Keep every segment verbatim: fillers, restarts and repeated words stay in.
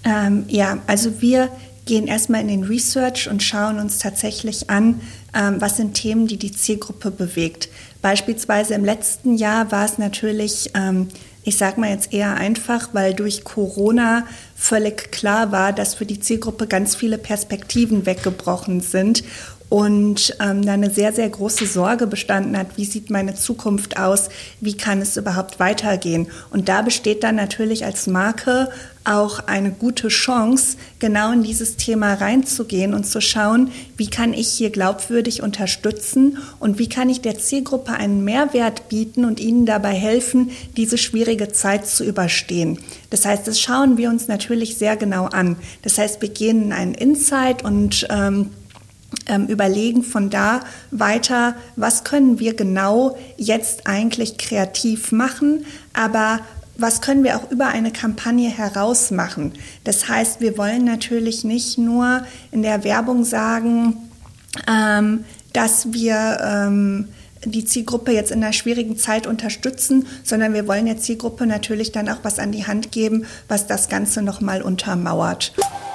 Ähm, ja, also wir gehen erstmal in den Research und schauen uns tatsächlich an, ähm, was sind Themen, die die Zielgruppe bewegt. Beispielsweise im letzten Jahr war es natürlich, ähm, ich sage mal jetzt eher einfach, weil durch Corona völlig klar war, dass für die Zielgruppe ganz viele Perspektiven weggebrochen sind und ähm, da eine sehr, sehr große Sorge bestanden hat, wie sieht meine Zukunft aus, wie kann es überhaupt weitergehen. Und da besteht dann natürlich als Marke auch eine gute Chance, genau in dieses Thema reinzugehen und zu schauen, wie kann ich hier glaubwürdig unterstützen und wie kann ich der Zielgruppe einen Mehrwert bieten und ihnen dabei helfen, diese schwierige Zeit zu überstehen. Das heißt, das schauen wir uns natürlich sehr genau an. Das heißt, wir gehen in einen Insight und ähm, Ähm, überlegen von da weiter, was können wir genau jetzt eigentlich kreativ machen, aber was können wir auch über eine Kampagne heraus machen. Das heißt, wir wollen natürlich nicht nur in der Werbung sagen, ähm, dass wir ähm, die Zielgruppe jetzt in einer schwierigen Zeit unterstützen, sondern wir wollen der Zielgruppe natürlich dann auch was an die Hand geben, was das Ganze nochmal untermauert.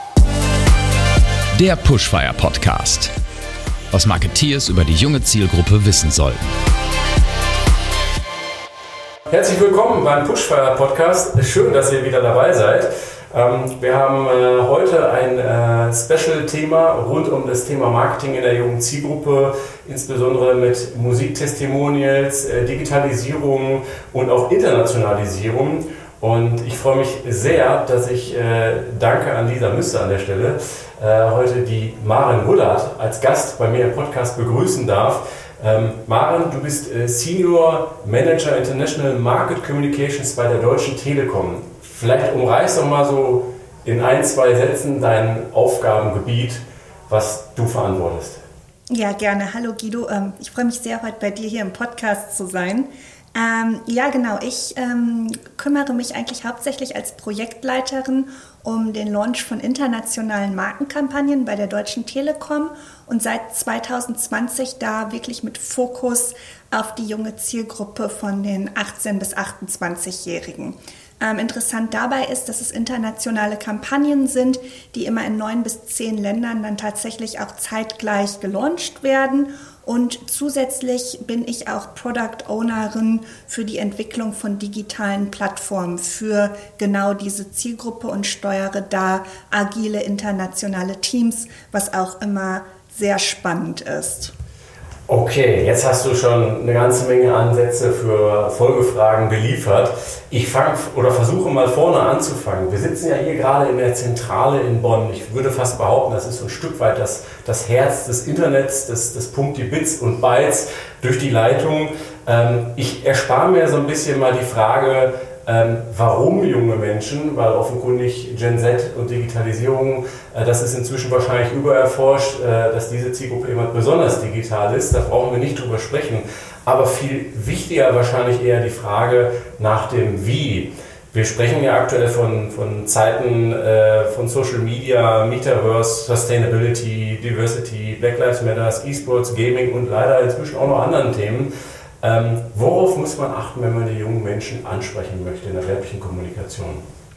Der Pushfire Podcast. Was Marketeers über die junge Zielgruppe wissen sollten. Herzlich willkommen beim Pushfire Podcast. Schön, dass ihr wieder dabei seid. Wir haben heute ein Special-Thema rund um das Thema Marketing in der jungen Zielgruppe, insbesondere mit Musiktestimonials, Digitalisierung und auch Internationalisierung. Und ich freue mich sehr, dass ich, äh, danke an Lisa Müster an der Stelle, äh, heute die Maren Wullert als Gast bei mir im Podcast begrüßen darf. Ähm, Maren, du bist äh, Senior Manager International Market Communications bei der Deutschen Telekom. Vielleicht umreiß doch mal so in ein, zwei Sätzen dein Aufgabengebiet, was du verantwortest. Ja, gerne. Hallo Guido. Ähm, ich freue mich sehr, heute bei dir hier im Podcast zu sein. Ähm, ja, genau. Ich ähm, kümmere mich eigentlich hauptsächlich als Projektleiterin um den Launch von internationalen Markenkampagnen bei der Deutschen Telekom und seit zwanzig zwanzig da wirklich mit Fokus auf die junge Zielgruppe von den achtzehn- bis achtundzwanzigjährigen. Ähm, interessant dabei ist, dass es internationale Kampagnen sind, die immer in neun bis zehn Ländern dann tatsächlich auch zeitgleich gelauncht werden. Und zusätzlich bin ich auch Product Ownerin für die Entwicklung von digitalen Plattformen für genau diese Zielgruppe und steuere da agile internationale Teams, was auch immer sehr spannend ist. Okay, jetzt hast du schon eine ganze Menge Ansätze für Folgefragen geliefert. Ich fange oder versuche mal vorne anzufangen. Wir sitzen ja hier gerade in der Zentrale in Bonn. Ich würde fast behaupten, das ist so ein Stück weit das, das Herz des Internets, das, das pumpt die Bits und Bytes durch die Leitung. Ähm, ich erspare mir so ein bisschen mal die Frage, Ähm, warum junge Menschen, weil offenkundig Gen Z und Digitalisierung, äh, das ist inzwischen wahrscheinlich übererforscht, äh, dass diese Zielgruppe immer besonders digital ist, da brauchen wir nicht drüber sprechen, aber viel wichtiger wahrscheinlich eher die Frage nach dem Wie. Wir sprechen ja aktuell von, von Zeiten äh, von Social Media, Metaverse, Sustainability, Diversity, Black Lives Matter, E-Sports, Gaming und leider inzwischen auch noch anderen Themen. Ähm, worauf muss man achten, wenn man die jungen Menschen ansprechen möchte in der werblichen Kommunikation?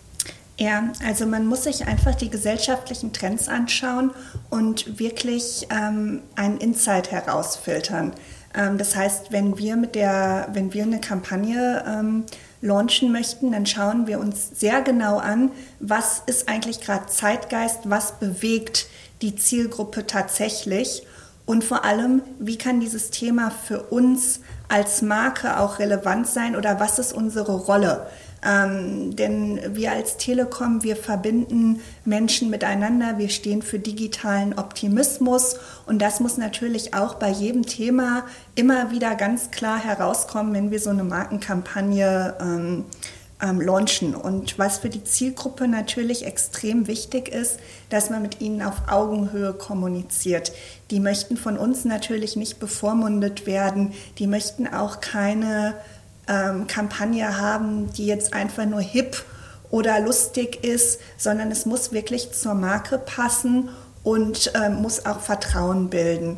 Ja, also man muss sich einfach die gesellschaftlichen Trends anschauen und wirklich ähm, einen Insight herausfiltern. Ähm, das heißt, wenn wir mit der, wenn wir eine Kampagne ähm, launchen möchten, dann schauen wir uns sehr genau an, was ist eigentlich gerade Zeitgeist, was bewegt die Zielgruppe tatsächlich und vor allem, wie kann dieses Thema für uns als Marke auch relevant sein oder was ist unsere Rolle? Ähm, denn wir als Telekom, wir verbinden Menschen miteinander, wir stehen für digitalen Optimismus und das muss natürlich auch bei jedem Thema immer wieder ganz klar herauskommen, wenn wir so eine Markenkampagne ähm, ähm, launchen. Und was für die Zielgruppe natürlich extrem wichtig ist, dass man mit ihnen auf Augenhöhe kommuniziert. Die möchten von uns natürlich nicht bevormundet werden, die möchten auch keine ähm, Kampagne haben, die jetzt einfach nur hip oder lustig ist, sondern es muss wirklich zur Marke passen und ähm, muss auch Vertrauen bilden.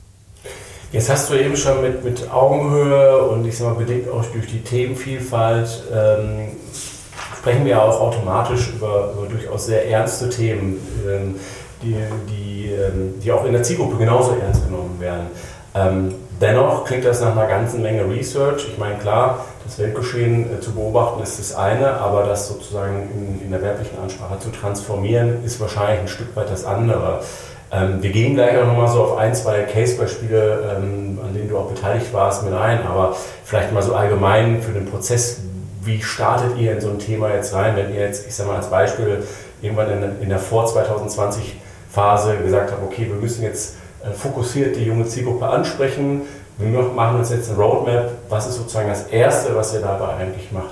Jetzt hast du eben schon mit, mit Augenhöhe und ich sag mal bedingt auch durch die Themenvielfalt ähm, sprechen wir ja auch automatisch über, über durchaus sehr ernste Themen, ähm, die, die, ähm, die auch in der Zielgruppe genauso ernst genommen werden. Ähm, dennoch klingt das nach einer ganzen Menge Research. Ich meine, klar, das Weltgeschehen äh, zu beobachten ist das eine, aber das sozusagen in, in der werblichen Ansprache zu transformieren, ist wahrscheinlich ein Stück weit das andere. Ähm, wir gehen gleich auch nochmal so auf ein, zwei Case-Beispiele, ähm, an denen du auch beteiligt warst, mit ein, aber vielleicht mal so allgemein für den Prozess, wie startet ihr in so ein Thema jetzt rein, wenn ihr jetzt, ich sag mal als Beispiel, irgendwann in, in der Vor zwanzig zwanzig Phase gesagt habt, okay, wir müssen jetzt äh, fokussiert die junge Zielgruppe ansprechen, wir machen uns jetzt eine Roadmap, was ist sozusagen das Erste, was ihr dabei eigentlich macht?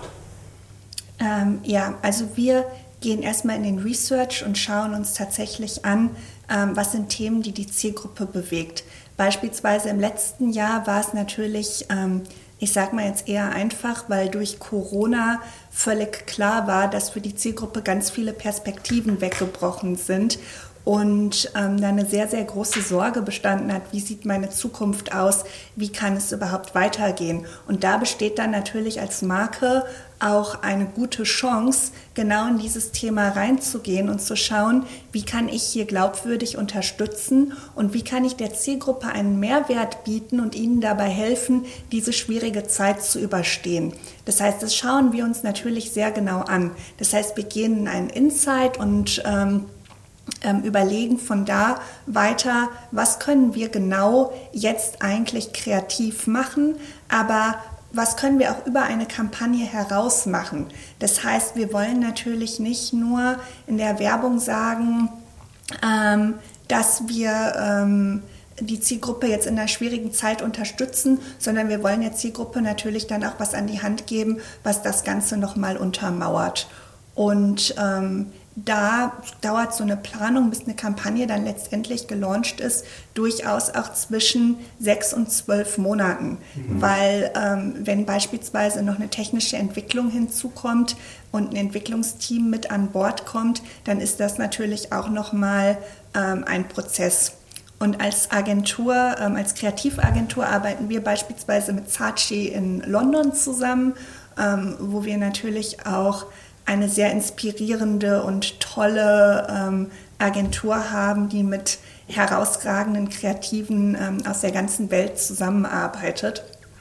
Ähm, ja, also wir gehen erstmal in den Research und schauen uns tatsächlich an, ähm, was sind Themen, die die Zielgruppe bewegt. Beispielsweise im letzten Jahr war es natürlich, ähm, ich sage mal jetzt eher einfach, weil durch Corona völlig klar war, dass für die Zielgruppe ganz viele Perspektiven weggebrochen sind und ähm, da eine sehr, sehr große Sorge bestanden hat, wie sieht meine Zukunft aus, wie kann es überhaupt weitergehen. Und da besteht dann natürlich als Marke auch eine gute Chance, genau in dieses Thema reinzugehen und zu schauen, wie kann ich hier glaubwürdig unterstützen und wie kann ich der Zielgruppe einen Mehrwert bieten und ihnen dabei helfen, diese schwierige Zeit zu überstehen. Das heißt, das schauen wir uns natürlich sehr genau an. Das heißt, wir gehen in einen Insight und ähm, Ähm, überlegen von da weiter, was können wir genau jetzt eigentlich kreativ machen, aber was können wir auch über eine Kampagne heraus machen. Das heißt, wir wollen natürlich nicht nur in der Werbung sagen, ähm, dass wir ähm, die Zielgruppe jetzt in einer schwierigen Zeit unterstützen, sondern wir wollen der Zielgruppe natürlich dann auch was an die Hand geben, was das Ganze nochmal untermauert. Und ähm, da dauert so eine Planung, bis eine Kampagne dann letztendlich gelauncht ist, durchaus auch zwischen sechs und zwölf Monaten. Mhm. Weil ähm, wenn beispielsweise noch eine technische Entwicklung hinzukommt und ein Entwicklungsteam mit an Bord kommt, dann ist das natürlich auch nochmal ähm, ein Prozess. Und als Agentur, ähm, als Kreativagentur arbeiten wir beispielsweise mit Saatchi in London zusammen, ähm, wo wir natürlich auch eine sehr inspirierende und tolle ähm, Agentur haben, die mit herausragenden Kreativen ähm, aus der ganzen Welt zusammenarbeitet.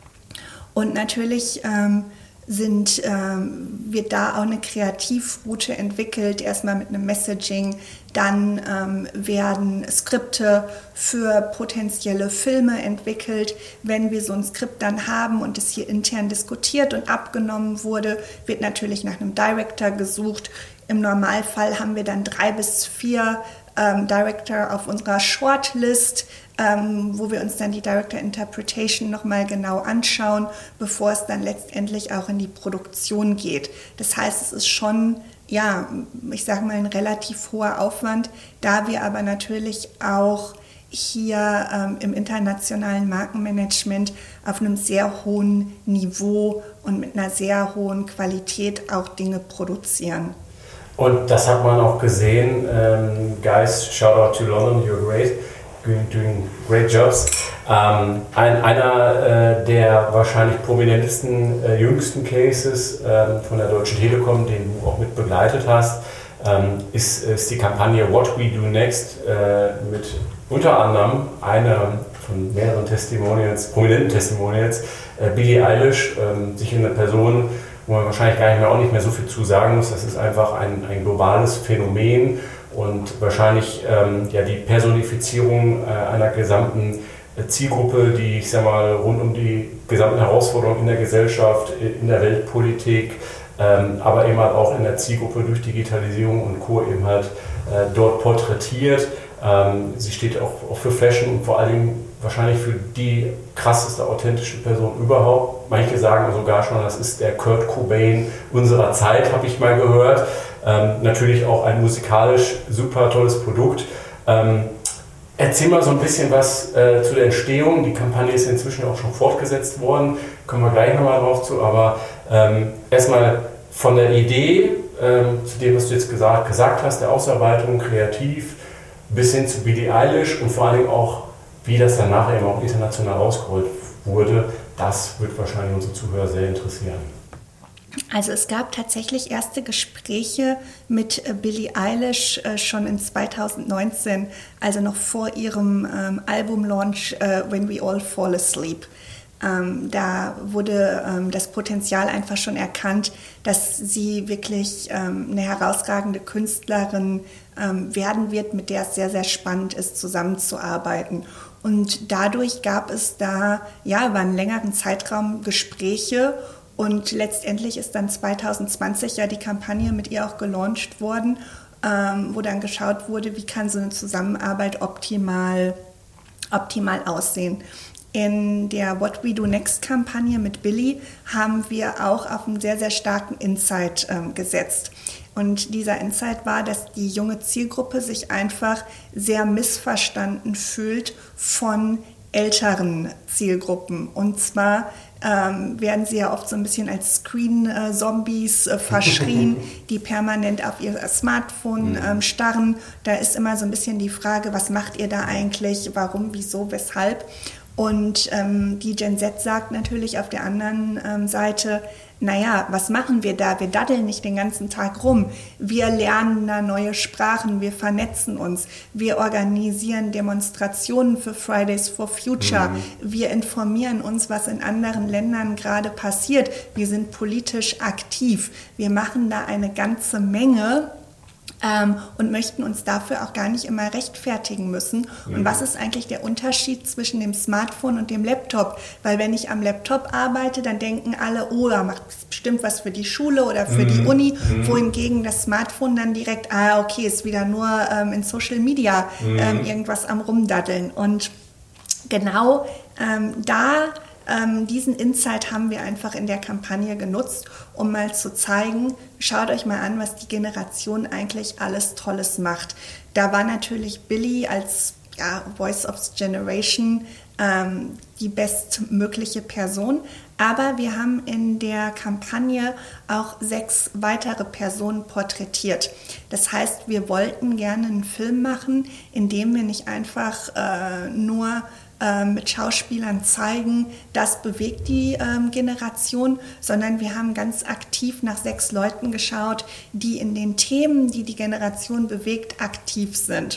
Und natürlich ähm, sind, ähm, wird da auch eine Kreativroute entwickelt, erstmal mit einem Messaging, dann ähm, werden Skripte für potenzielle Filme entwickelt. Wenn wir so ein Skript dann haben und es hier intern diskutiert und abgenommen wurde, wird natürlich nach einem Director gesucht. Im Normalfall haben wir dann drei bis vier ähm, Director auf unserer Shortlist, ähm, wo wir uns dann die Director Interpretation nochmal genau anschauen, bevor es dann letztendlich auch in die Produktion geht. Das heißt, es ist schon, ja, ich sage mal, ein relativ hoher Aufwand, da wir aber natürlich auch hier ähm, im internationalen Markenmanagement auf einem sehr hohen Niveau und mit einer sehr hohen Qualität auch Dinge produzieren. Und das hat man auch gesehen. Ähm, guys, shout out to London, you're great, doing, doing great jobs. Ähm, ein, einer äh, der wahrscheinlich prominentesten, äh, jüngsten Cases äh, von der Deutschen Telekom, den du auch mit begleitet hast, ähm, ist, ist die Kampagne What We Do Next äh, mit unter anderem einer von mehreren Testimonials, prominenten Testimonials, äh, Billie Eilish, äh, sich in eine Person, wo man wahrscheinlich gar nicht mehr, auch nicht mehr so viel zu sagen muss. Das ist einfach ein, ein globales Phänomen und wahrscheinlich ähm, ja, die Personifizierung äh, einer gesamten äh, Zielgruppe, die, ich sag mal, rund um die gesamten Herausforderungen in der Gesellschaft, in der Weltpolitik, ähm, aber eben halt auch in der Zielgruppe durch Digitalisierung und Co. eben halt äh, dort porträtiert. Ähm, sie steht auch, auch für Fashion und vor allen Dingen wahrscheinlich für die krasseste, authentische Person überhaupt. Manche sagen sogar schon, das ist der Kurt Cobain unserer Zeit, habe ich mal gehört. Ähm, natürlich auch ein musikalisch super tolles Produkt. Ähm, erzähl mal so ein bisschen was äh, zu der Entstehung. Die Kampagne ist inzwischen auch schon fortgesetzt worden. Kommen wir gleich nochmal drauf zu. Aber ähm, erstmal von der Idee ähm, zu dem, was du jetzt gesagt, gesagt hast, der Ausarbeitung, kreativ, bis hin zu Billie Eilish und vor allen Dingen auch, wie das dann nachher eben auch international ausgerollt wurde, das wird wahrscheinlich unsere Zuhörer sehr interessieren. Also es gab tatsächlich erste Gespräche mit Billie Eilish äh, schon in zwanzig neunzehn, also noch vor ihrem ähm, Albumlaunch äh, When We All Fall Asleep. Ähm, da wurde ähm, das Potenzial einfach schon erkannt, dass sie wirklich ähm, eine herausragende Künstlerin ähm, werden wird, mit der es sehr, sehr spannend ist, zusammenzuarbeiten. Und dadurch gab es da ja über einen längeren Zeitraum Gespräche und letztendlich ist dann zwanzig zwanzig ja die Kampagne mit ihr auch gelauncht worden, ähm, wo dann geschaut wurde, wie kann so eine Zusammenarbeit optimal, optimal aussehen. In der What We Do Next-Kampagne mit Billie haben wir auch auf einen sehr, sehr starken Insight ähm, gesetzt. Und dieser Insight war, dass die junge Zielgruppe sich einfach sehr missverstanden fühlt von älteren Zielgruppen. Und zwar ähm, werden sie ja oft so ein bisschen als Screen-Zombies äh, verschrien, die permanent auf ihr Smartphone ähm, starren. Da ist immer so ein bisschen die Frage, was macht ihr da eigentlich, warum, wieso, weshalb? Und ähm, die Gen Z sagt natürlich auf der anderen ähm, Seite, naja, was machen wir da? Wir daddeln nicht den ganzen Tag rum. Wir lernen da neue Sprachen, wir vernetzen uns, wir organisieren Demonstrationen für Fridays for Future, mhm. wir informieren uns, was in anderen Ländern gerade passiert. Wir sind politisch aktiv, wir machen da eine ganze Menge. Ähm, und möchten uns dafür auch gar nicht immer rechtfertigen müssen. Mhm. Und was ist eigentlich der Unterschied zwischen dem Smartphone und dem Laptop? Weil wenn ich am Laptop arbeite, dann denken alle, oh, da macht bestimmt was für die Schule oder für mhm. die Uni, mhm. wohingegen das Smartphone dann direkt, ah, okay, ist wieder nur ähm, in Social Media mhm. ähm, irgendwas am Rumdaddeln. Und genau ähm, da Ähm, diesen Insight haben wir einfach in der Kampagne genutzt, um mal zu zeigen, schaut euch mal an, was die Generation eigentlich alles Tolles macht. Da war natürlich Billie als ja, Voice of the Generation ähm, die bestmögliche Person, aber wir haben in der Kampagne auch sechs weitere Personen porträtiert. Das heißt, wir wollten gerne einen Film machen, in dem wir nicht einfach äh, nur mit Schauspielern zeigen, das bewegt die ähm, Generation, sondern wir haben ganz aktiv nach sechs Leuten geschaut, die in den Themen, die die Generation bewegt, aktiv sind.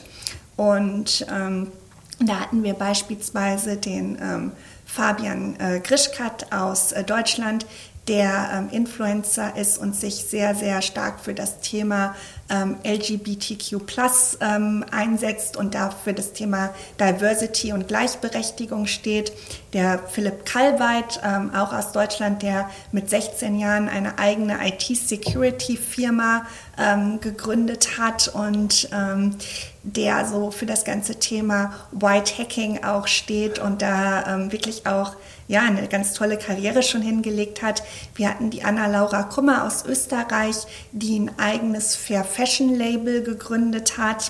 Und ähm, da hatten wir beispielsweise den ähm, Fabian äh, Grischkat aus äh, Deutschland, der ähm, Influencer ist und sich sehr, sehr stark für das Thema ähm, L G B T Q plus ähm, einsetzt und dafür das Thema Diversity und Gleichberechtigung steht. Der Philipp Kallweit, ähm, auch aus Deutschland, der mit sechzehn Jahren eine eigene I T-Security-Firma ähm, gegründet hat und ähm, der so für das ganze Thema White Hacking auch steht und da ähm, wirklich auch ja, eine ganz tolle Karriere schon hingelegt hat. Wir hatten die Anna-Laura Kummer aus Österreich, die ein eigenes Fair Fashion Label gegründet hat.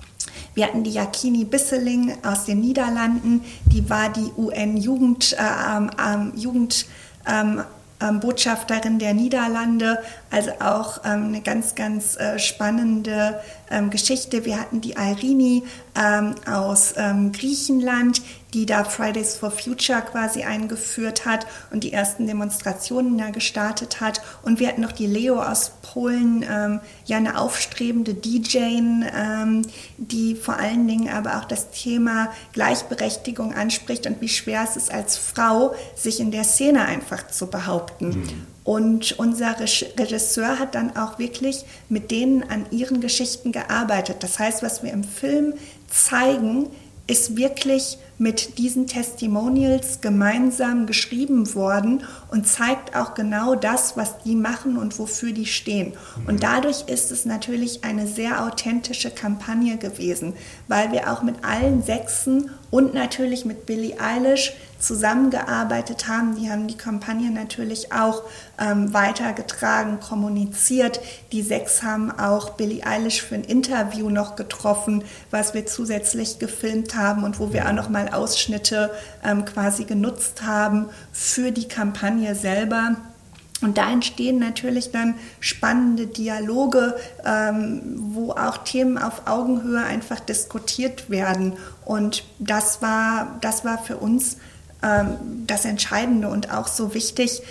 Wir hatten die Jakini Bisseling aus den Niederlanden, die war die U N-Jugend, äh, ähm, Jugend, ähm, ähm, Botschafterin der Niederlande, also auch ähm, eine ganz, ganz äh, spannende ähm, Geschichte. Wir hatten die Irini ähm, aus ähm, Griechenland, die da Fridays for Future quasi eingeführt hat und die ersten Demonstrationen da gestartet hat. Und wir hatten noch die Leo aus Polen, ähm, ja eine aufstrebende D J, ähm, die vor allen Dingen aber auch das Thema Gleichberechtigung anspricht und wie schwer es ist als Frau, sich in der Szene einfach zu behaupten. Mhm. Und unser Regisseur hat dann auch wirklich mit denen an ihren Geschichten gearbeitet. Das heißt, was wir im Film zeigen, ist wirklich mit diesen Testimonials gemeinsam geschrieben worden und zeigt auch genau das, was die machen und wofür die stehen. Und dadurch ist es natürlich eine sehr authentische Kampagne gewesen, weil wir auch mit allen Sechsen und natürlich mit Billie Eilish zusammengearbeitet haben. Die haben die Kampagne natürlich auch ähm, weitergetragen, kommuniziert. Die sechs haben auch Billie Eilish für ein Interview noch getroffen, was wir zusätzlich gefilmt haben und wo wir auch noch mal Ausschnitte ähm, quasi genutzt haben für die Kampagne selber. Und da entstehen natürlich dann spannende Dialoge, ähm, wo auch Themen auf Augenhöhe einfach diskutiert werden. Und das war, das war für uns ähm, das Entscheidende und auch so wichtig,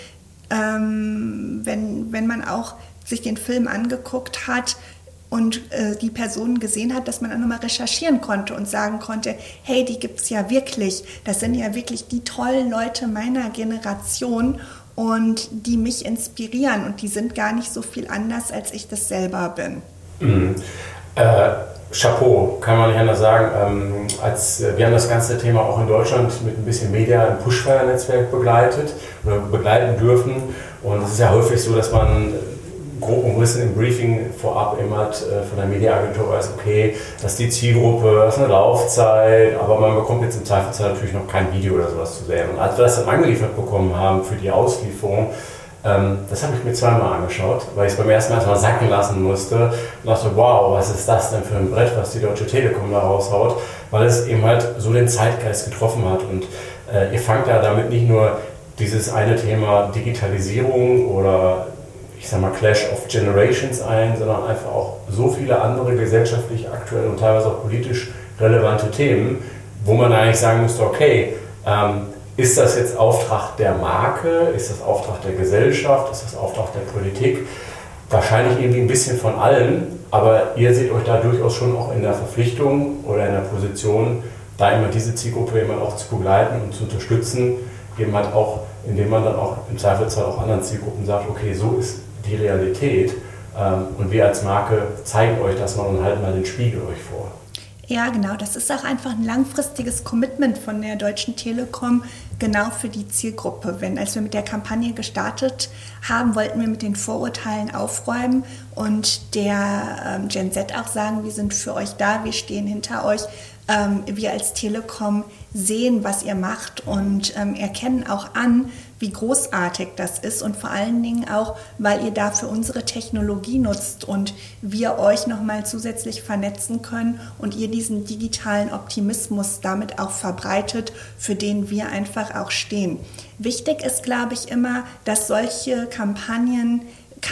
ähm, wenn, wenn man auch sich den Film angeguckt hat und äh, die Personen gesehen hat, dass man dann nochmal recherchieren konnte und sagen konnte, hey, die gibt's ja wirklich. Das sind ja wirklich die tollen Leute meiner Generation und die mich inspirieren. Und die sind gar nicht so viel anders, als ich das selber bin. Mhm. Äh, Chapeau, kann man nicht anders sagen. Ähm, als, äh, wir haben das ganze Thema auch in Deutschland mit ein bisschen Media im Pushfire-Netzwerk begleitet oder begleiten dürfen. Und es ist ja häufig so, dass man grob umrissen im Briefing vorab immer hat, äh, von der Mediaagentur weiß, okay, das ist die Zielgruppe, das ist eine Laufzeit, aber man bekommt jetzt im Zweifelsfall natürlich noch kein Video oder sowas zu sehen. Und als wir das dann angeliefert bekommen haben für die Auslieferung, ähm, das habe ich mir zweimal angeschaut, weil ich es beim ersten Mal erstmal sacken lassen musste und dachte, wow, was ist das denn für ein Brett, was die Deutsche Telekom da raushaut, weil es eben halt so den Zeitgeist getroffen hat. Und äh, ihr fangt da damit nicht nur dieses eine Thema Digitalisierung oder ich sag mal Clash of Generations ein, sondern einfach auch so viele andere gesellschaftlich, aktuell und teilweise auch politisch relevante Themen, wo man eigentlich sagen müsste, okay, ähm, ist das jetzt Auftrag der Marke, ist das Auftrag der Gesellschaft, ist das Auftrag der Politik? Wahrscheinlich irgendwie ein bisschen von allen, aber ihr seht euch da durchaus schon auch in der Verpflichtung oder in der Position, da immer diese Zielgruppe immer auch zu begleiten und zu unterstützen, eben halt auch, indem man dann auch im Zweifelsfall auch anderen Zielgruppen sagt, okay, so ist die Realität ähm, und wir als Marke zeigen euch das mal und halten mal den Spiegel euch vor. Ja, genau. Das ist auch einfach ein langfristiges Commitment von der Deutschen Telekom genau für die Zielgruppe. Wenn, als wir mit der Kampagne gestartet haben, wollten wir mit den Vorurteilen aufräumen und der ähm, Gen Z auch sagen, wir sind für euch da, wir stehen hinter euch. Ähm, wir als Telekom sehen, was ihr macht und ähm, erkennen auch an, wie großartig das ist und vor allen Dingen auch, weil ihr dafür unsere Technologie nutzt und wir euch nochmal zusätzlich vernetzen können und ihr diesen digitalen Optimismus damit auch verbreitet, für den wir einfach auch stehen. Wichtig ist, glaube ich, immer, dass solche Kampagnen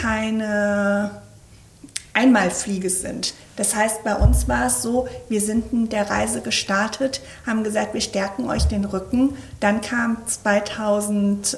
keine Einmalfliege sind. Das heißt, bei uns war es so, wir sind in der Reise gestartet, haben gesagt, wir stärken euch den Rücken. Dann kam zwanzig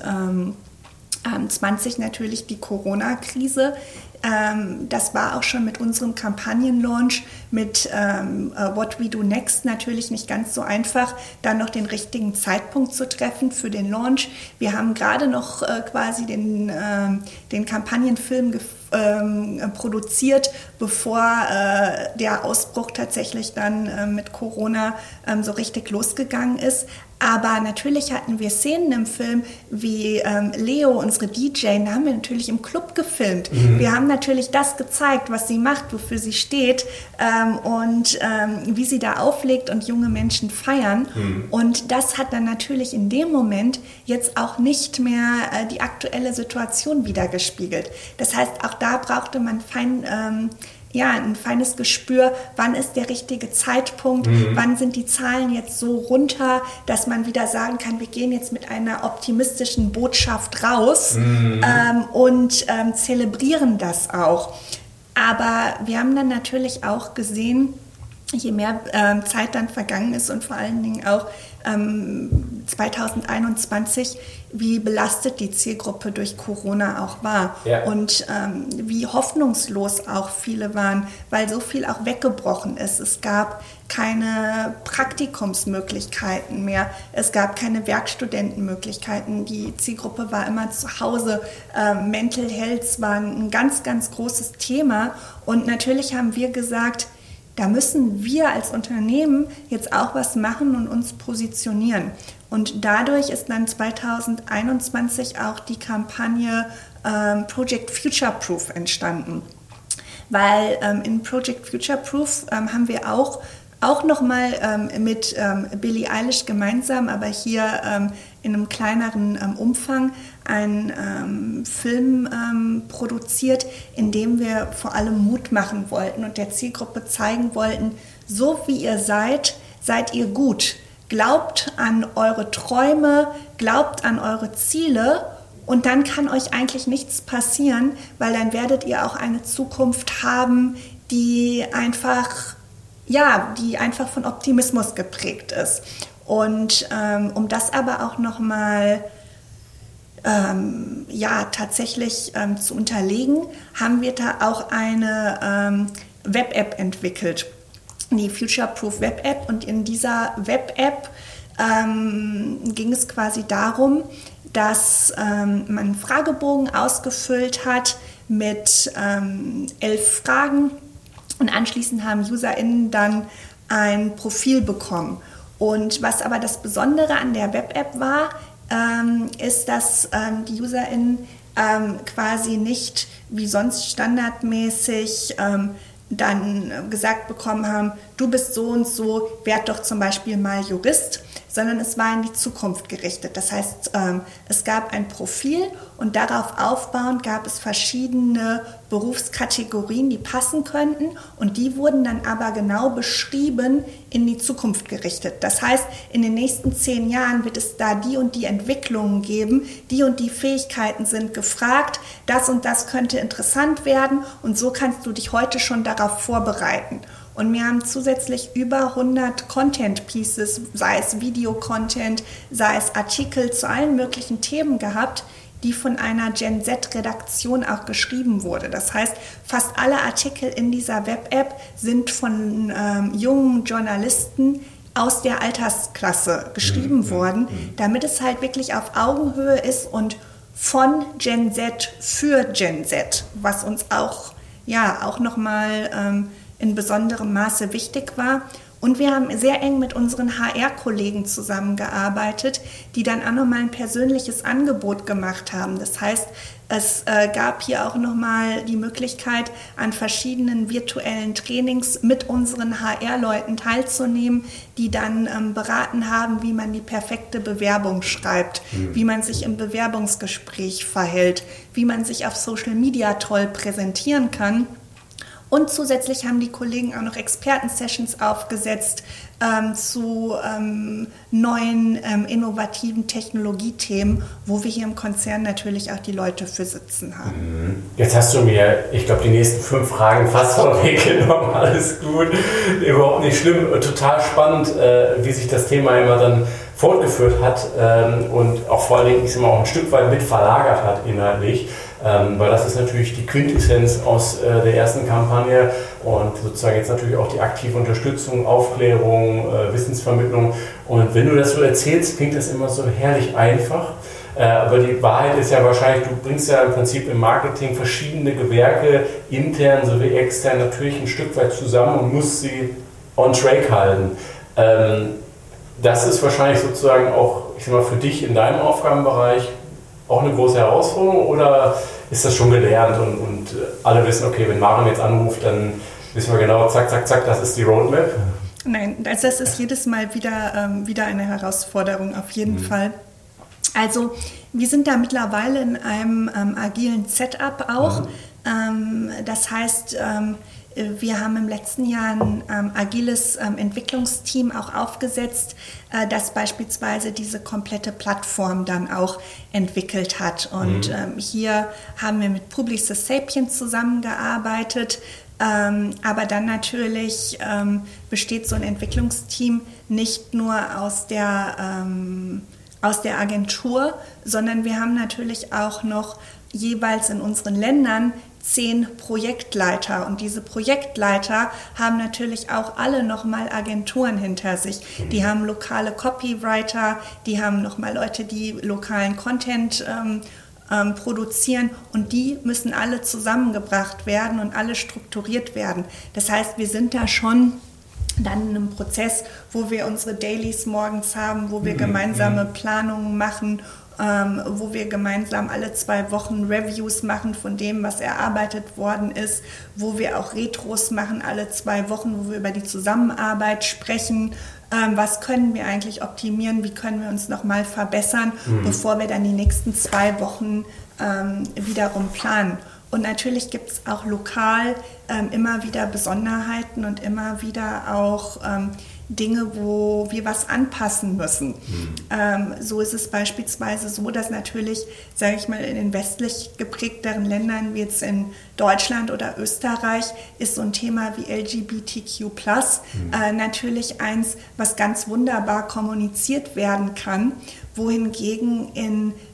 zwanzig natürlich die Corona-Krise. Ähm, das war auch schon mit unserem Kampagnenlaunch, mit ähm, What We Do Next natürlich nicht ganz so einfach, dann noch den richtigen Zeitpunkt zu treffen für den Launch. Wir haben gerade noch äh, quasi den, äh, den Kampagnenfilm gef- ähm, produziert, bevor äh, der Ausbruch tatsächlich dann äh, mit Corona ähm, so richtig losgegangen ist. Aber natürlich hatten wir Szenen im Film wie ähm, Leo, unsere D J, da haben wir natürlich im Club gefilmt. Mhm. Wir haben natürlich das gezeigt, was sie macht, wofür sie steht ähm, und ähm, wie sie da auflegt und junge Menschen feiern. Mhm. Und das hat dann natürlich in dem Moment jetzt auch nicht mehr äh, die aktuelle Situation wiedergespiegelt. Das heißt, auch da brauchte man fein... Ähm, Ja, ein feines Gespür, wann ist der richtige Zeitpunkt, mhm. wann sind die Zahlen jetzt so runter, dass man wieder sagen kann, wir gehen jetzt mit einer optimistischen Botschaft raus mhm. ähm, und ähm, zelebrieren das auch. Aber wir haben dann natürlich auch gesehen, je mehr ähm, Zeit dann vergangen ist und vor allen Dingen auch ähm, zwanzig einundzwanzig, wie belastet die Zielgruppe durch Corona auch war ja. und ähm, wie hoffnungslos auch viele waren, weil so viel auch weggebrochen ist. Es gab keine Praktikumsmöglichkeiten mehr, es gab keine Werkstudentenmöglichkeiten, die Zielgruppe war immer zu Hause, ähm, Mental Health war ein ganz, ganz großes Thema und natürlich haben wir gesagt, da müssen wir als Unternehmen jetzt auch was machen und uns positionieren. Und dadurch ist dann zwanzig einundzwanzig auch die Kampagne ähm, Project Future Proof entstanden. Weil ähm, in Project Future Proof ähm, haben wir auch, auch nochmal ähm, mit ähm, Billie Eilish gemeinsam, aber hier ähm, in einem kleineren ähm, Umfang, einen ähm, Film ähm, produziert, in dem wir vor allem Mut machen wollten und der Zielgruppe zeigen wollten, so wie ihr seid, seid ihr gut. Glaubt an eure Träume, glaubt an eure Ziele und dann kann euch eigentlich nichts passieren, weil dann werdet ihr auch eine Zukunft haben, die einfach, ja, die einfach von Optimismus geprägt ist. Und ähm, um das aber auch nochmal ähm, ja, tatsächlich ähm, zu unterlegen, haben wir da auch eine ähm, Web-App entwickelt, die Future-Proof Web-App. Und in dieser Web-App ähm, ging es quasi darum, dass ähm, man einen Fragebogen ausgefüllt hat mit ähm, elf Fragen und anschließend haben UserInnen dann ein Profil bekommen. Und was aber das Besondere an der Web-App war, ähm, ist, dass ähm, die UserInnen ähm, quasi nicht wie sonst standardmäßig ähm, dann gesagt bekommen haben, du bist so und so, werd doch zum Beispiel mal Jurist, sondern es war in die Zukunft gerichtet. Das heißt, ähm, es gab ein Profil und darauf aufbauend gab es verschiedene Berufskategorien, die passen könnten und die wurden dann aber genau beschrieben in die Zukunft gerichtet. Das heißt, in den nächsten zehn Jahren wird es da die und die Entwicklungen geben, die und die Fähigkeiten sind gefragt, das und das könnte interessant werden und so kannst du dich heute schon darauf vorbereiten. Und wir haben zusätzlich über hundert Content-Pieces, sei es Video-Content, sei es Artikel zu allen möglichen Themen gehabt, die von einer Gen Z-Redaktion auch geschrieben wurde. Das heißt, fast alle Artikel in dieser Web-App sind von ähm, jungen Journalisten aus der Altersklasse geschrieben mhm. worden, damit es halt wirklich auf Augenhöhe ist und von Gen Z für Gen Z, was uns auch, ja, auch nochmal ähm, in besonderem Maße wichtig war. Und wir haben sehr eng mit unseren H R-Kollegen zusammengearbeitet, die dann auch nochmal ein persönliches Angebot gemacht haben. Das heißt, es äh, gab hier auch nochmal die Möglichkeit, an verschiedenen virtuellen Trainings mit unseren H R-Leuten teilzunehmen, die dann ähm, beraten haben, wie man die perfekte Bewerbung schreibt, mhm. wie man sich im Bewerbungsgespräch verhält, wie man sich auf Social Media toll präsentieren kann. Und zusätzlich haben die Kollegen auch noch Experten-Sessions aufgesetzt ähm, zu ähm, neuen, ähm, innovativen Technologiethemen, wo wir hier im Konzern natürlich auch die Leute für sitzen haben. Jetzt hast du mir, ich glaube, die nächsten fünf Fragen fast vorweggenommen. Alles gut, überhaupt nicht schlimm. Total spannend, äh, wie sich das Thema immer dann fortgeführt hat ähm, und auch vor allen Dingen, ich sag mal, auch ein Stück weit mit verlagert hat inhaltlich. Ähm, weil das ist natürlich die Quintessenz aus äh, der ersten Kampagne und sozusagen jetzt natürlich auch die aktive Unterstützung, Aufklärung, äh, Wissensvermittlung. Und wenn du das so erzählst, klingt das immer so herrlich einfach. Äh, aber die Wahrheit ist ja wahrscheinlich, du bringst ja im Prinzip im Marketing verschiedene Gewerke, intern sowie extern, natürlich ein Stück weit zusammen und musst sie on track halten. Ähm, das ist wahrscheinlich sozusagen auch, ich sag mal, für dich in deinem Aufgabenbereich auch eine große Herausforderung oder ist das schon gelernt und, und alle wissen, okay, wenn Maren jetzt anruft, dann wissen wir genau, zack, zack, zack, das ist die Roadmap? Nein, also das ist jedes Mal wieder, ähm, wieder eine Herausforderung, auf jeden mhm. Fall. Also wir sind da mittlerweile in einem ähm, agilen Setup auch. Mhm. Ähm, das heißt, ähm, wir haben im letzten Jahr ein ähm, agiles ähm, Entwicklungsteam auch aufgesetzt, äh, das beispielsweise diese komplette Plattform dann auch entwickelt hat. Und mhm. ähm, hier haben wir mit Publicis Sapient zusammengearbeitet. Ähm, aber dann natürlich ähm, besteht so ein Entwicklungsteam nicht nur aus der, ähm, aus der Agentur, sondern wir haben natürlich auch noch jeweils in unseren Ländern zehn Projektleiter und diese Projektleiter haben natürlich auch alle nochmal Agenturen hinter sich. Die haben lokale Copywriter, die haben nochmal Leute, die lokalen Content ähm, ähm, produzieren und die müssen alle zusammengebracht werden und alle strukturiert werden. Das heißt, wir sind da schon dann in einem Prozess, wo wir unsere Dailies morgens haben, wo wir gemeinsame Planungen machen, Ähm, wo wir gemeinsam alle zwei Wochen Reviews machen von dem, was erarbeitet worden ist, wo wir auch Retros machen alle zwei Wochen, wo wir über die Zusammenarbeit sprechen, ähm, was können wir eigentlich optimieren, wie können wir uns nochmal verbessern, mhm. bevor wir dann die nächsten zwei Wochen ähm, wiederum planen. Und natürlich gibt es auch lokal ähm, immer wieder Besonderheiten und immer wieder auch ähm, Dinge, wo wir was anpassen müssen. Mhm. Ähm, so ist es beispielsweise so, dass natürlich, sage ich mal, in den westlich geprägteren Ländern wie jetzt in Deutschland oder Österreich ist so ein Thema wie L G B T Q plus mhm. äh, natürlich eins, was ganz wunderbar kommuniziert werden kann, wohingegen in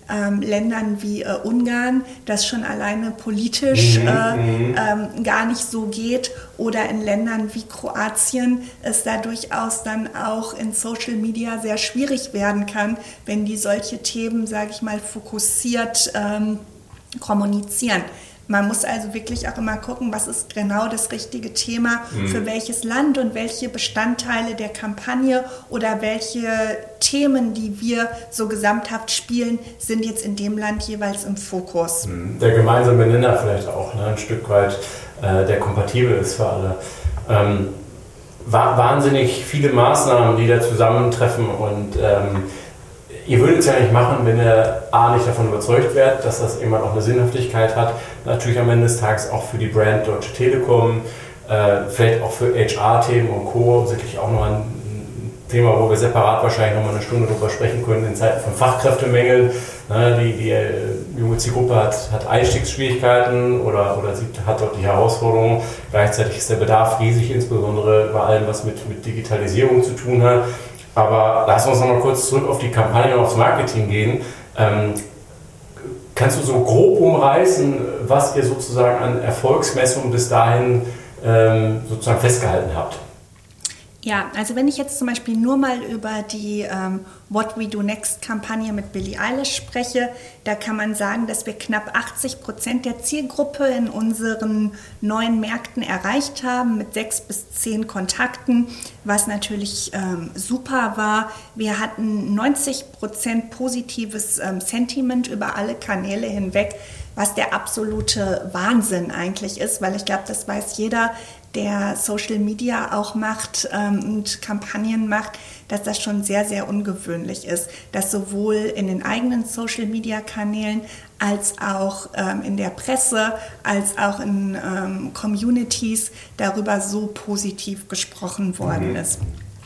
ähm, Ländern wie äh, Ungarn das schon alleine politisch mhm, äh, ähm, gar nicht so geht, oder in Ländern wie Kroatien es da durchaus dann auch in Social Media sehr schwierig werden kann, wenn die solche Themen, sage ich mal, fokussiert ähm, kommunizieren. Man muss also wirklich auch immer gucken, was ist genau das richtige Thema mhm. für welches Land und welche Bestandteile der Kampagne oder welche Themen, die wir so gesamthaft spielen, sind jetzt in dem Land jeweils im Fokus. Der gemeinsame Nenner vielleicht auch, ne, ein Stück weit, äh, der kompatibel ist für alle. Ähm, wahnsinnig viele Maßnahmen, die da zusammentreffen, und ähm, ihr würdet es ja nicht machen, wenn ihr A, nicht davon überzeugt werdet, dass das immer noch eine Sinnhaftigkeit hat. Natürlich am Ende des Tages auch für die Brand Deutsche Telekom, äh, vielleicht auch für H R-Themen und Co. Sicherlich auch noch ein Thema, wo wir separat wahrscheinlich noch mal eine Stunde drüber sprechen können, in Zeiten von Fachkräftemängeln. Ne, die, die äh, junge Zielgruppe hat, hat Einstiegsschwierigkeiten oder, oder sie hat dort die Herausforderungen. Gleichzeitig ist der Bedarf riesig, insbesondere bei allem, was mit, mit Digitalisierung zu tun hat. Aber lass uns noch mal kurz zurück auf die Kampagne und aufs Marketing gehen. Ähm, kannst du so grob umreißen, was ihr sozusagen an Erfolgsmessungen bis dahin ähm, sozusagen festgehalten habt? Ja, also wenn ich jetzt zum Beispiel nur mal über die ähm, What We Do Next Kampagne mit Billie Eilish spreche, da kann man sagen, dass wir knapp achtzig Prozent der Zielgruppe in unseren neuen Märkten erreicht haben mit sechs bis zehn Kontakten, was natürlich ähm, super war. Wir hatten neunzig Prozent positives ähm, Sentiment über alle Kanäle hinweg, was der absolute Wahnsinn eigentlich ist, weil ich glaube, das weiß jeder, der Social Media auch macht ähm, und Kampagnen macht, dass das schon sehr, sehr ungewöhnlich ist, dass sowohl in den eigenen Social Media Kanälen als auch ähm, in der Presse, als auch in ähm, Communities darüber so positiv gesprochen worden ist.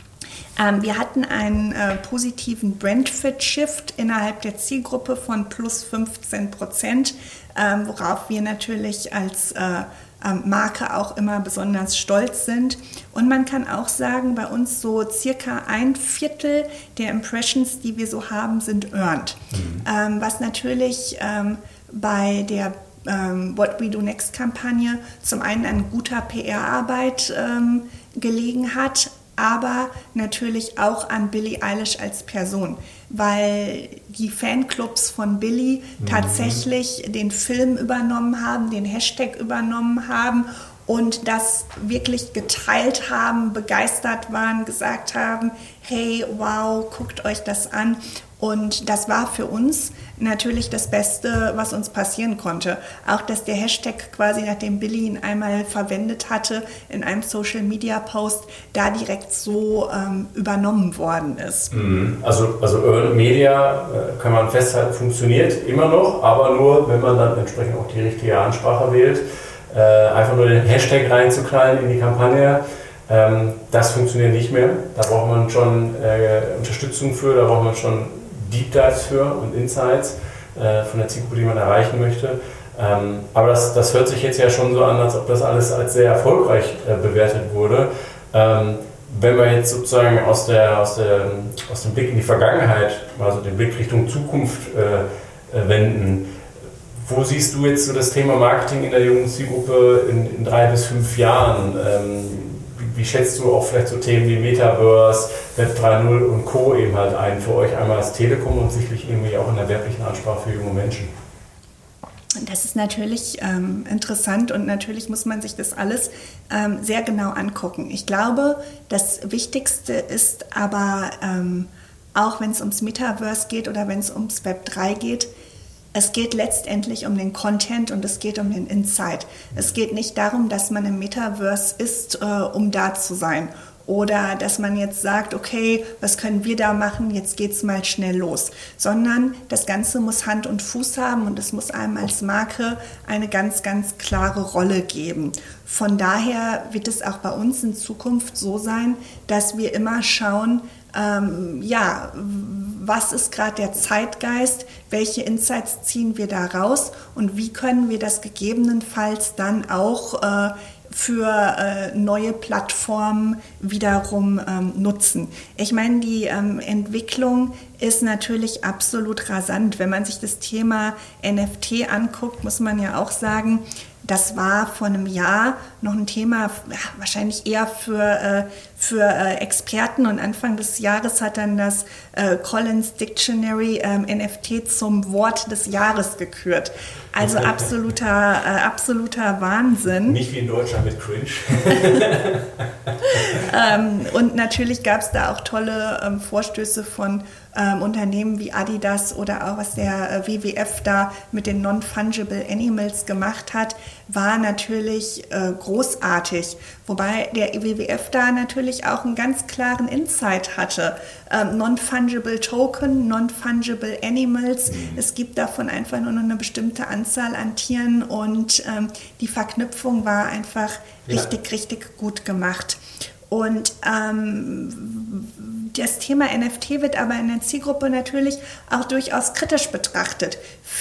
Ähm, wir hatten einen äh, positiven Brand-Fit-Shift innerhalb der Zielgruppe von plus fünfzehn Prozent, ähm, worauf wir natürlich als äh, Marke auch immer besonders stolz sind. Und man kann auch sagen, bei uns so circa ein Viertel der Impressions, die wir so haben, sind earned. Mhm. Ähm, was natürlich ähm, bei der ähm, What We Do Next Kampagne zum einen an guter P R-Arbeit ähm, gelegen hat, aber natürlich auch an Billie Eilish als Person, weil die Fanclubs von Billie mhm. tatsächlich den Film übernommen haben, den Hashtag übernommen haben und das wirklich geteilt haben, begeistert waren, gesagt haben, hey, wow, guckt euch das an. Und das war für uns natürlich das Beste, was uns passieren konnte. Auch, dass der Hashtag quasi, nachdem Billie ihn einmal verwendet hatte, in einem Social-Media-Post, da direkt so ähm, übernommen worden ist. Also, also Earned Media, äh, kann man festhalten, funktioniert immer noch, aber nur, wenn man dann entsprechend auch die richtige Ansprache wählt. Äh, einfach nur den Hashtag reinzuknallen in die Kampagne, ähm, das funktioniert nicht mehr. Da braucht man schon äh, Unterstützung für, da braucht man schon Deep Dives für und Insights äh, von der Zielgruppe, die man erreichen möchte. Ähm, aber das, das hört sich jetzt ja schon so an, als ob das alles als sehr erfolgreich äh, bewertet wurde. Ähm, wenn wir jetzt sozusagen aus, der, aus, der, aus dem Blick in die Vergangenheit, also den Blick Richtung Zukunft äh, äh, wenden, wo siehst du jetzt so das Thema Marketing in der jungen Zielgruppe in, in drei bis fünf Jahren? Ähm, Wie schätzt du auch vielleicht so Themen wie Metaverse, Web drei Punkt null und Co. eben halt ein für euch einmal als Telekom und sicherlich irgendwie auch in der werblichen Ansprache für junge Menschen? Das ist natürlich ähm, interessant und natürlich muss man sich das alles ähm, sehr genau angucken. Ich glaube, das Wichtigste ist aber, ähm, auch wenn es ums Metaverse geht oder wenn es ums Web drei geht, es geht letztendlich um den Content und es geht um den Insight. Es geht nicht darum, dass man im Metaverse ist, äh, um da zu sein. Oder dass man jetzt sagt, okay, was können wir da machen, jetzt geht's mal schnell los. Sondern das Ganze muss Hand und Fuß haben und es muss einem als Marke eine ganz, ganz klare Rolle geben. Von daher wird es auch bei uns in Zukunft so sein, dass wir immer schauen, ähm, ja, was ist gerade der Zeitgeist, welche Insights ziehen wir da raus und wie können wir das gegebenenfalls dann auch äh, für äh, neue Plattformen wiederum ähm, nutzen. Ich meine, die ähm, Entwicklung ist natürlich absolut rasant. Wenn man sich das Thema N F T anguckt, muss man ja auch sagen, das war vor einem Jahr noch ein Thema, ja, wahrscheinlich eher für, äh, für äh, Experten. Und Anfang des Jahres hat dann das äh, Collins Dictionary ähm, N F T zum Wort des Jahres gekürt. Also absoluter, äh, absoluter Wahnsinn. Nicht wie in Deutschland mit Cringe. ähm, und natürlich gab es da auch tolle ähm, Vorstöße von ähm, Unternehmen wie Adidas oder auch was der äh, W W F da mit den Non-Fungible Animals gemacht hat, war natürlich äh, großartig. Wobei der W W F da natürlich auch einen ganz klaren Insight hatte. Ähm, Non-Fungible Token, Non-Fungible Animals. Mhm. Es gibt davon einfach nur noch eine bestimmte Anzahl an Tieren und ähm, die Verknüpfung war einfach ja. richtig, richtig gut gemacht. Und ähm, das Thema N F T wird aber in der Zielgruppe natürlich auch durchaus kritisch betrachtet.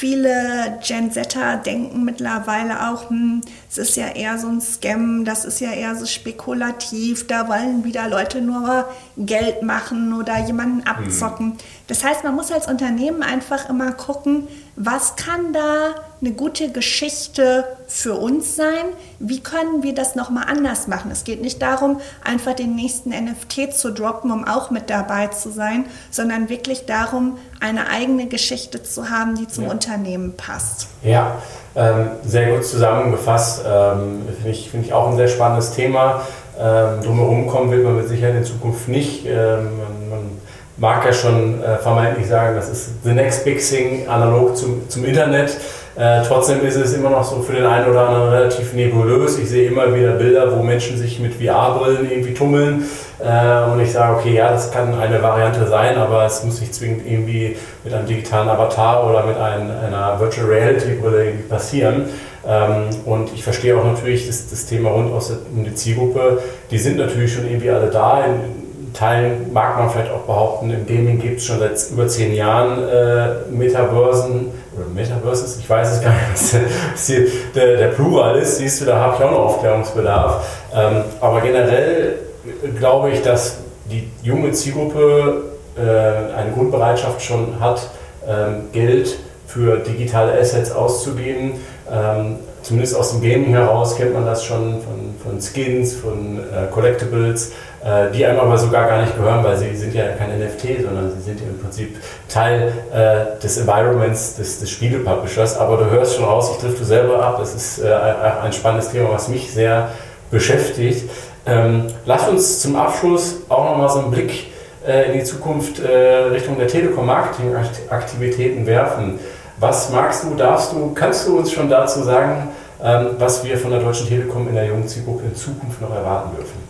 Viele Gen Zer denken mittlerweile auch, hm, es ist ja eher so ein Scam, das ist ja eher so spekulativ, da wollen wieder Leute nur Geld machen oder jemanden abzocken. Mhm. Das heißt, man muss als Unternehmen einfach immer gucken, was kann da eine gute Geschichte für uns sein? Wie können wir das nochmal anders machen? Es geht nicht darum, einfach den nächsten N F T zu droppen, um auch mit dabei zu sein, sondern wirklich darum, eine eigene Geschichte zu haben, die zum ja. Unternehmen passt. Ja, ähm, sehr gut zusammengefasst. Ähm, Finde ich, find ich auch ein sehr spannendes Thema. Ähm, drumherum kommen wird man mit Sicherheit in Zukunft nicht. Ähm, man, man mag ja schon äh, vermeintlich sagen, das ist the next big thing, analog zum, zum Internet. Äh, trotzdem ist es immer noch so für den einen oder anderen relativ nebulös. Ich sehe immer wieder Bilder, wo Menschen sich mit V R-Brillen irgendwie tummeln äh, und ich sage, okay, ja, das kann eine Variante sein, aber es muss nicht zwingend irgendwie mit einem digitalen Avatar oder mit ein, einer Virtual Reality-Brille irgendwie passieren. Ähm, und ich verstehe auch natürlich das, das Thema rund aus der, um die Zielgruppe. Die sind natürlich schon irgendwie alle da. In, Teilen mag man vielleicht auch behaupten, im Gaming gibt es schon seit über zehn Jahren äh, Metaversen oder Metaverses, ich weiß es gar nicht, was, der, was hier der, der Plural ist, siehst du, da habe ich auch noch Aufklärungsbedarf. Ähm, aber generell glaube ich, dass die junge Zielgruppe äh, eine Grundbereitschaft schon hat, ähm, Geld für digitale Assets auszugeben. Ähm, zumindest aus dem Gaming heraus kennt man das schon von, von Skins, von äh, Collectibles, äh, die einem aber sogar gar nicht gehören, weil sie sind ja kein N F T, sondern sie sind ja im Prinzip Teil äh, des Environments des, des Spiele-Publishers. Aber du hörst schon raus, ich drifte selber ab, das ist äh, ein spannendes Thema, was mich sehr beschäftigt. Ähm, lass uns zum Abschluss auch nochmal so einen Blick äh, in die Zukunft äh, Richtung der Telekom-Marketing-Aktivitäten werfen. Was magst du, darfst du, kannst du uns schon dazu sagen, ähm, was wir von der Deutschen Telekom in der jungen Zielgruppe in Zukunft noch erwarten dürfen?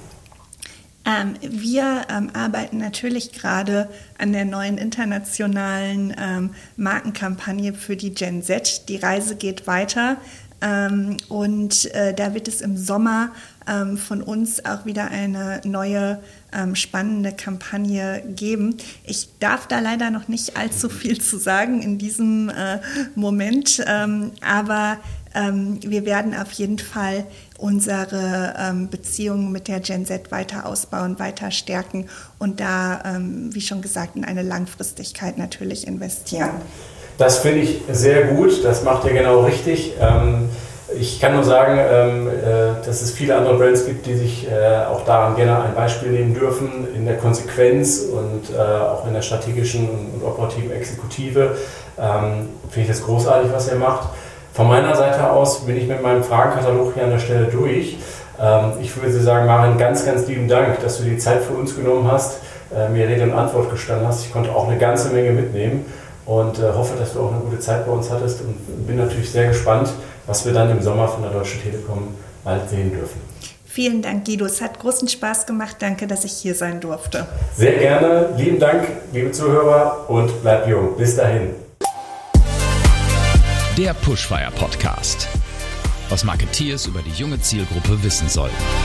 Ähm, wir ähm, arbeiten natürlich gerade an der neuen internationalen ähm, Markenkampagne für die Gen Z. Die Reise geht weiter. Ähm, und äh, da wird es im Sommer ähm, von uns auch wieder eine neue ähm, spannende Kampagne geben. Ich darf da leider noch nicht allzu viel zu sagen in diesem äh, Moment, ähm, aber ähm, wir werden auf jeden Fall unsere ähm, Beziehungen mit der Gen Z weiter ausbauen, weiter stärken und da, ähm, wie schon gesagt, in eine Langfristigkeit natürlich investieren. Das finde ich sehr gut, das macht ihr genau richtig. Ähm, ich kann nur sagen, ähm, äh, dass es viele andere Brands gibt, die sich äh, auch daran gerne ein Beispiel nehmen dürfen, in der Konsequenz und äh, auch in der strategischen und, und operativen Exekutive. Ähm, finde ich das großartig, was ihr macht. Von meiner Seite aus bin ich mit meinem Fragenkatalog hier an der Stelle durch. Ähm, ich würde sagen, Maren, ganz, ganz lieben Dank, dass du die Zeit für uns genommen hast, äh, mir Rede und Antwort gestanden hast. Ich konnte auch eine ganze Menge mitnehmen. Und äh, hoffe, dass du auch eine gute Zeit bei uns hattest und bin natürlich sehr gespannt, was wir dann im Sommer von der Deutschen Telekom bald sehen dürfen. Vielen Dank, Guido. Es hat großen Spaß gemacht. Danke, dass ich hier sein durfte. Sehr gerne. Lieben Dank, liebe Zuhörer, und bleib jung. Bis dahin. Der Pushfire Podcast. Was Marketeers über die junge Zielgruppe wissen sollten.